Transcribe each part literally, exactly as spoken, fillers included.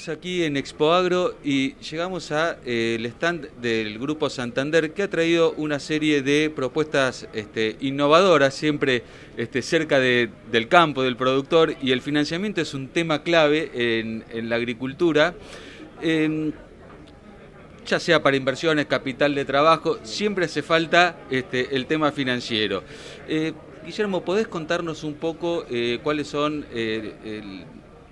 Estamos aquí en Expoagro y llegamos al eh, stand del Grupo Santander, que ha traído una serie de propuestas este, innovadoras, siempre este, cerca de, del campo, del productor, y el financiamiento es un tema clave en, en la agricultura, eh, ya sea para inversiones, capital de trabajo, siempre hace falta este, el tema financiero. Eh, Guillermo, ¿podés contarnos un poco eh, cuáles son eh, el,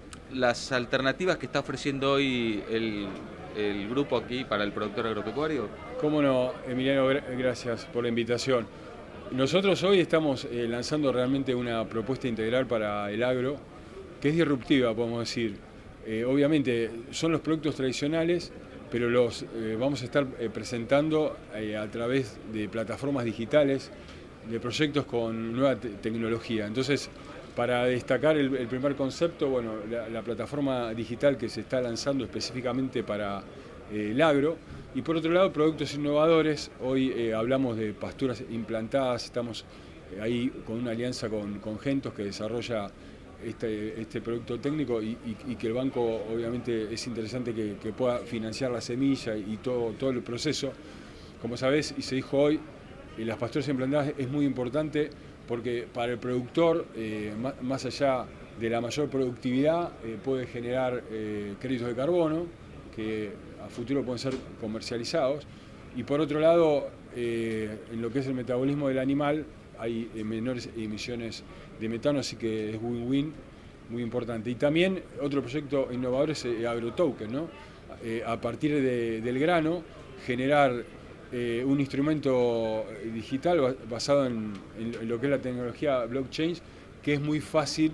las alternativas que está ofreciendo hoy el, el grupo aquí para el productor agropecuario? Cómo no, Emiliano, gracias por la invitación. Nosotros hoy estamos eh, lanzando realmente una propuesta integral para el agro, que es disruptiva, podemos decir. Eh, obviamente son los productos tradicionales, pero los eh, vamos a estar eh, presentando eh, a través de plataformas digitales, de proyectos con nueva te tecnología. Entonces, para destacar el, el primer concepto, bueno, la, la plataforma digital que se está lanzando específicamente para eh, el agro, y por otro lado, productos innovadores. Hoy eh, hablamos de pasturas implantadas, estamos eh, ahí con una alianza con, con Gentos, que desarrolla este, este producto técnico, y, y, y que el banco obviamente es interesante que, que pueda financiar la semilla y todo, todo el proceso. Como sabés, y se dijo hoy, eh, las pasturas implantadas es muy importante, porque para el productor, eh, más allá de la mayor productividad, eh, puede generar eh, créditos de carbono que a futuro pueden ser comercializados. Y por otro lado, eh, en lo que es el metabolismo del animal, hay eh, menores emisiones de metano, así que es win-win, muy importante. Y también otro proyecto innovador es eh, AgroToken, ¿no? Eh, a partir de, del grano, generar Eh, un instrumento digital basado en, en lo que es la tecnología blockchain, que es muy fácil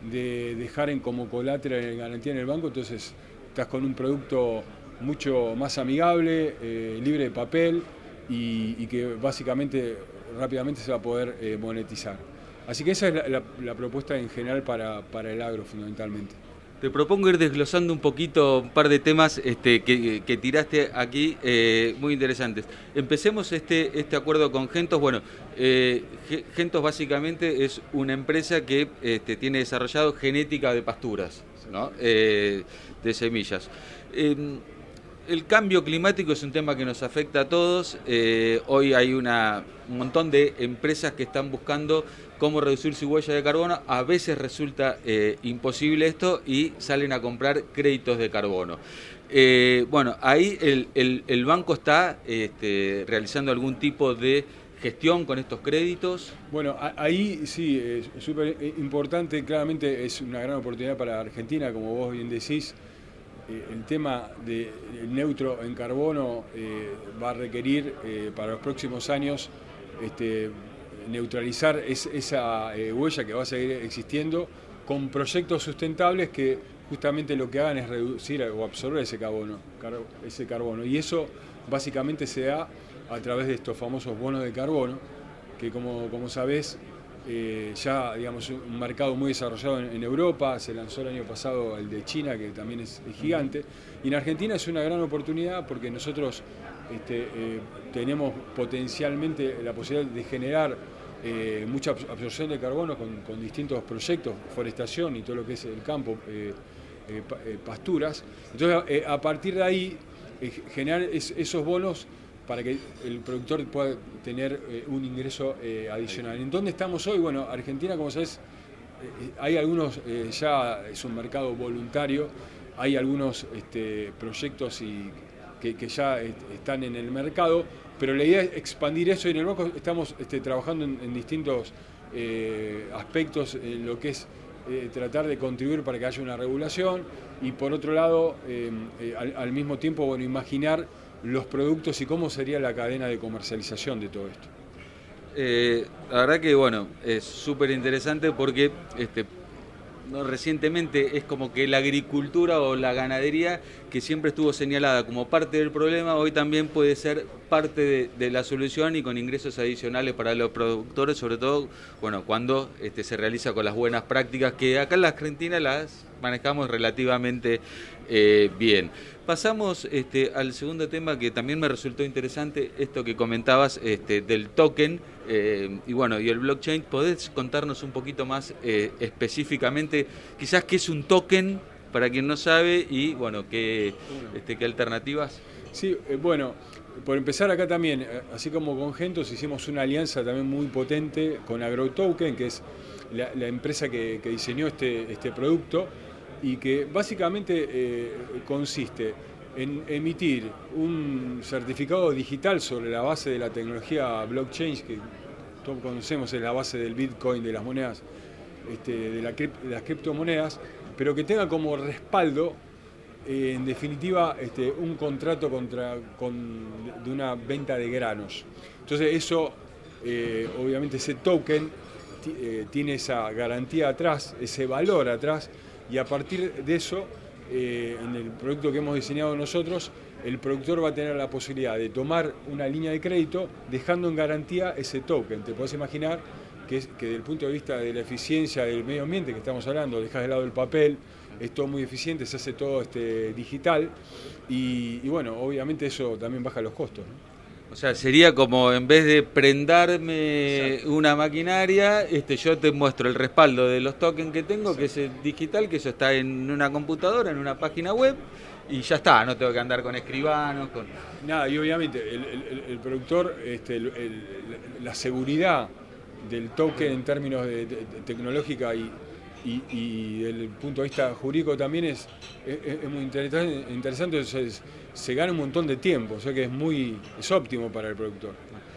de dejar en como colateral en garantía en el banco. Entonces estás con un producto mucho más amigable, eh, libre de papel, y, y que básicamente rápidamente se va a poder eh, monetizar. Así que esa es la, la, la propuesta en general para, para el agro, fundamentalmente. Te propongo ir desglosando un poquito un par de temas este, que, que tiraste aquí, eh, muy interesantes. Empecemos este, este acuerdo con Gentos. Bueno, eh, Gentos básicamente es una empresa que este, tiene desarrollado genética de pasturas, ¿no? eh, de semillas. Eh, el cambio climático es un tema que nos afecta a todos. Eh, hoy hay una, un montón de empresas que están buscando cómo reducir su huella de carbono. A veces resulta eh, imposible esto y salen a comprar créditos de carbono. Eh, bueno, ahí el, el, el banco está este, realizando algún tipo de gestión con estos créditos. Bueno, ahí sí, es súper importante. Claramente es una gran oportunidad para Argentina, como vos bien decís. El tema del neutro en carbono eh, va a requerir eh, para los próximos años este, neutralizar es, esa eh, huella que va a seguir existiendo, con proyectos sustentables que justamente lo que hagan es reducir o absorber ese carbono, car ese carbono. Y eso básicamente se da a través de estos famosos bonos de carbono, que como, como sabés, Eh, ya digamos un mercado muy desarrollado en, en Europa. Se lanzó el año pasado el de China, que también es, es gigante, y en Argentina es una gran oportunidad porque nosotros este, eh, tenemos potencialmente la posibilidad de generar eh, mucha absorción de carbono con, con distintos proyectos, forestación y todo lo que es el campo, eh, eh, eh, pasturas. Entonces eh, a partir de ahí eh, generar es, esos bonos para que el productor pueda tener eh, un ingreso eh, adicional. ¿En dónde estamos hoy? Bueno, Argentina, como sabes, eh, hay algunos, eh, ya es un mercado voluntario, hay algunos este, proyectos y que, que ya est están en el mercado, pero la idea es expandir eso, y en el banco estamos este, trabajando en, en distintos eh, aspectos, en lo que es eh, tratar de contribuir para que haya una regulación, y por otro lado, eh, eh, al, al mismo tiempo, bueno, imaginar los productos y cómo sería la cadena de comercialización de todo esto. Eh, la verdad que bueno, es súper interesante porque este, no, recientemente es como que la agricultura o la ganadería, que siempre estuvo señalada como parte del problema, hoy también puede ser parte de, de la solución, y con ingresos adicionales para los productores, sobre todo bueno, cuando este, se realiza con las buenas prácticas, que acá en la Argentina las manejamos relativamente eh, bien. Pasamos este, al segundo tema, que también me resultó interesante, esto que comentabas este, del token eh, y bueno, y el blockchain. ¿Podés contarnos un poquito más eh, específicamente, quizás qué es un token para quien no sabe y bueno, qué, este, qué alternativas. Sí, eh, bueno, por empezar acá también, así como con Gentos, hicimos una alianza también muy potente con AgroToken, que es la, la empresa que, que diseñó este, este producto y que básicamente eh, consiste en emitir un certificado digital sobre la base de la tecnología blockchain, que todos conocemos, es la base del Bitcoin, de las monedas, este, de, la, de las criptomonedas, pero que tenga como respaldo, eh, en definitiva, este, un contrato contra, con, de una venta de granos. Entonces eso, eh, obviamente ese token eh, tiene esa garantía atrás, ese valor atrás, y a partir de eso, eh, en el producto que hemos diseñado nosotros, el productor va a tener la posibilidad de tomar una línea de crédito dejando en garantía ese token. Te podés imaginar que, es, que desde el punto de vista de la eficiencia del medio ambiente que estamos hablando, dejás de lado el papel, es todo muy eficiente, se hace todo este, digital y, y bueno, obviamente eso también baja los costos, ¿no? O sea, sería como en vez de prendarme Exacto. una maquinaria, este, yo te muestro el respaldo de los tokens que tengo, Exacto. que es el digital, que eso está en una computadora, en una página web, y ya está, no tengo que andar con escribanos, con... Nada, y obviamente el, el, el productor, este, el, el, la seguridad del token en términos de, de, de tecnológica y, y, y del punto de vista jurídico también es, es, es muy interesante, interesante es, se gana un montón de tiempo, o sea que es muy es óptimo para el productor.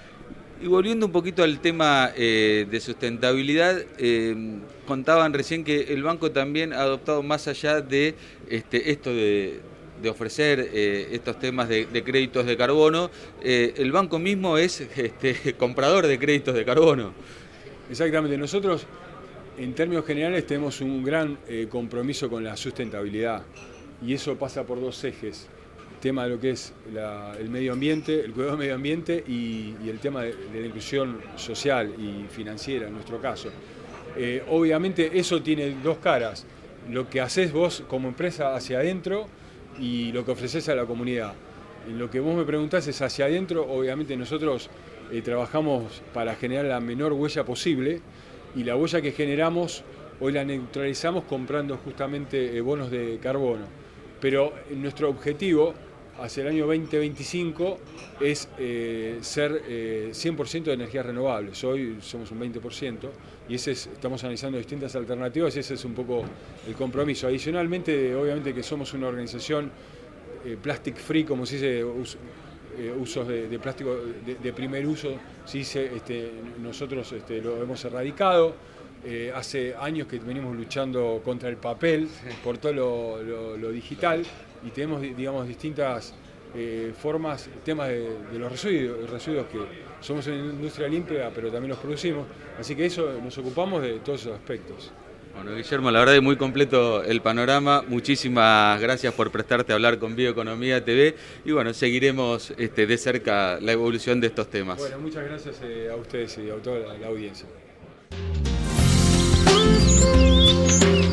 Y volviendo un poquito al tema eh, de sustentabilidad, eh, contaban recién que el banco también ha adoptado más allá de este, esto de, de ofrecer eh, estos temas de, de créditos de carbono, eh, el banco mismo es este, comprador de créditos de carbono. Exactamente, nosotros en términos generales tenemos un gran eh, compromiso con la sustentabilidad y eso pasa por dos ejes. Tema de lo que es la, el medio ambiente, el cuidado del medio ambiente y, y el tema de, de la inclusión social y financiera en nuestro caso. Eh, obviamente eso tiene dos caras, lo que haces vos como empresa hacia adentro y lo que ofreces a la comunidad. Y lo que vos me preguntás es hacia adentro, obviamente nosotros eh, trabajamos para generar la menor huella posible y la huella que generamos hoy la neutralizamos comprando justamente eh, bonos de carbono. Pero nuestro objetivo hacia el año veinte veinticinco es eh, ser eh, cien por ciento de energías renovables. Hoy somos un veinte por ciento y ese es, estamos analizando distintas alternativas y ese es un poco el compromiso. Adicionalmente, obviamente que somos una organización eh, plastic free, como se dice, us, eh, usos de, de plástico de, de primer uso, se dice, este, nosotros este, lo hemos erradicado. Eh, hace años que venimos luchando contra el papel, por todo lo, lo, lo digital, y tenemos, digamos, distintas eh, formas, temas de, de los residuos, residuos que somos una industria limpia, pero también los producimos, así que eso nos ocupamos de todos esos aspectos. Bueno, Guillermo, la verdad es muy completo el panorama. Muchísimas gracias por prestarte a hablar con Bioeconomía T V y bueno, seguiremos este, de cerca la evolución de estos temas. Bueno, muchas gracias eh, a ustedes y a toda la, la audiencia.